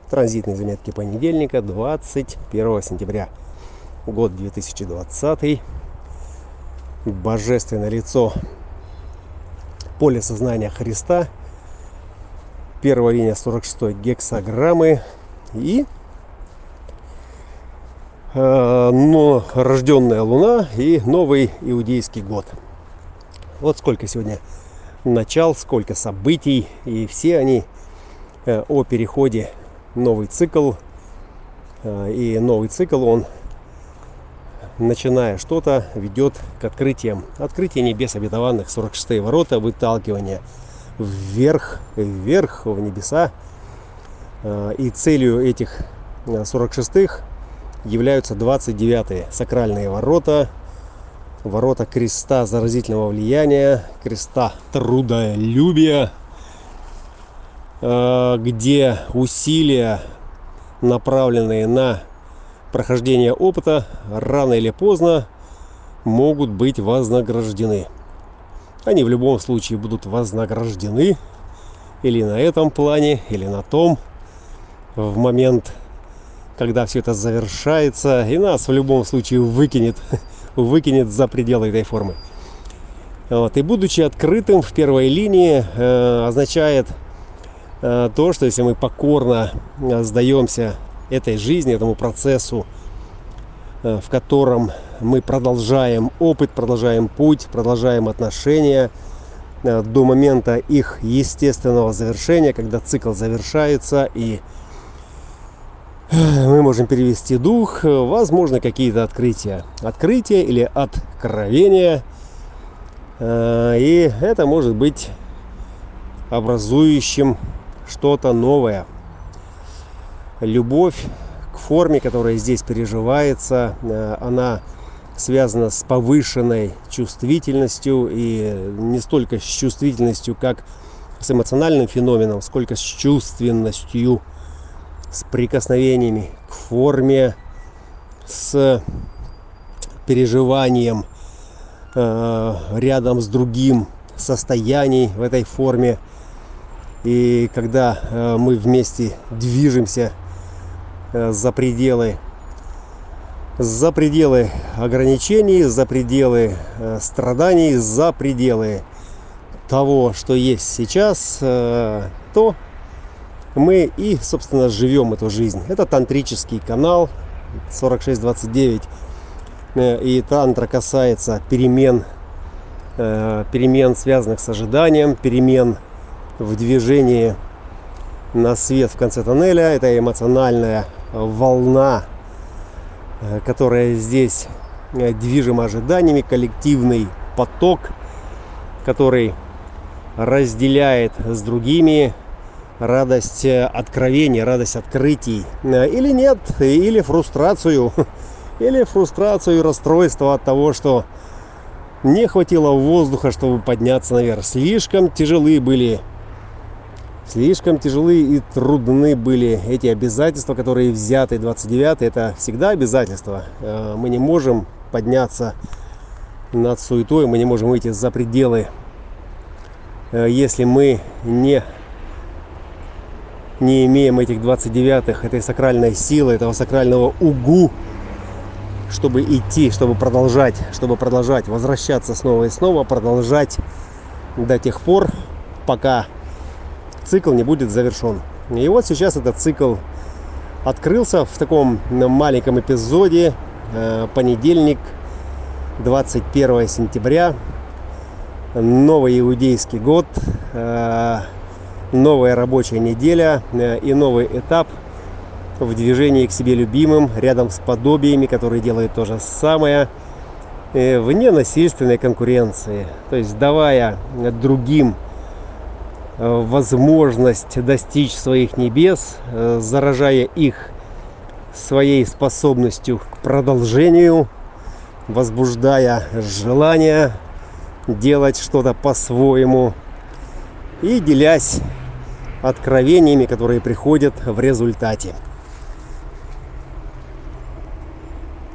Транзитные заметки понедельника, 21 сентября. Год 2020. Божественное лицо. Поле сознания Христа. Первая линия 46 гексаграммы. И рожденная луна и новый иудейский год. Вот сколько сегодня начал, сколько событий. И все они о переходе. Новый цикл. И новый цикл, он, начиная что-то, ведет к открытиям. Открытие небес обетованных, 46-е ворота, выталкивание вверх в небеса. И целью этих 46-х являются 29-е сакральные ворота. Ворота креста заразительного влияния, креста трудолюбия, где усилия, направленные на прохождение опыта, рано или поздно могут быть вознаграждены. Они в любом случае будут вознаграждены или на этом плане, или на том, в момент, когда все это завершается, и нас в любом случае выкинет за пределы этой формы. Вот. И будучи открытым в первой линии, означает то, что если мы покорно сдаемся этой жизни, этому процессу, в котором мы продолжаем опыт, продолжаем путь, продолжаем отношения до момента их естественного завершения, когда цикл завершается и мы можем перевести дух, возможно, какие-то открытия или откровения, и это может быть образующим что-то новое. Любовь к форме, которая здесь переживается, она связана с повышенной чувствительностью, и не столько с чувствительностью, как с эмоциональным феноменом, сколько с чувственностью, с прикосновениями к форме, с переживанием рядом с другим состояний в этой форме. И когда мы вместе движемся за пределы ограничений, за пределы страданий, за пределы того, что есть сейчас, то мы и, собственно, живем эту жизнь. Это тантрический канал 4629. И тантра касается перемен, связанных с ожиданием, перемен в движении на свет в конце тоннеля. Это эмоциональная волна, которая здесь движима ожиданиями, коллективный поток, который разделяет с другими радость откровений, радость открытий, или нет, или фрустрацию, расстройство от того, что не хватило воздуха, чтобы подняться наверх. Слишком тяжелы и трудны были эти обязательства, которые взяты. 29-й — это всегда обязательства. Мы не можем подняться над суетой, мы не можем выйти за пределы, если мы не имеем этих 29-х, этой сакральной силы, этого сакрального угу, чтобы идти, чтобы продолжать, возвращаться снова и снова, продолжать до тех пор, пока цикл не будет завершен. И вот сейчас этот цикл открылся в таком маленьком эпизоде. Понедельник, 21 сентября, новый иудейский год, новая рабочая неделя и новый этап в движении к себе любимым, рядом с подобиями, которые делают то же самое, в ненасильственной конкуренции, то есть давая другим возможность достичь своих небес, заражая их своей способностью к продолжению, возбуждая желание делать что-то по-своему и делясь откровениями, которые приходят в результате.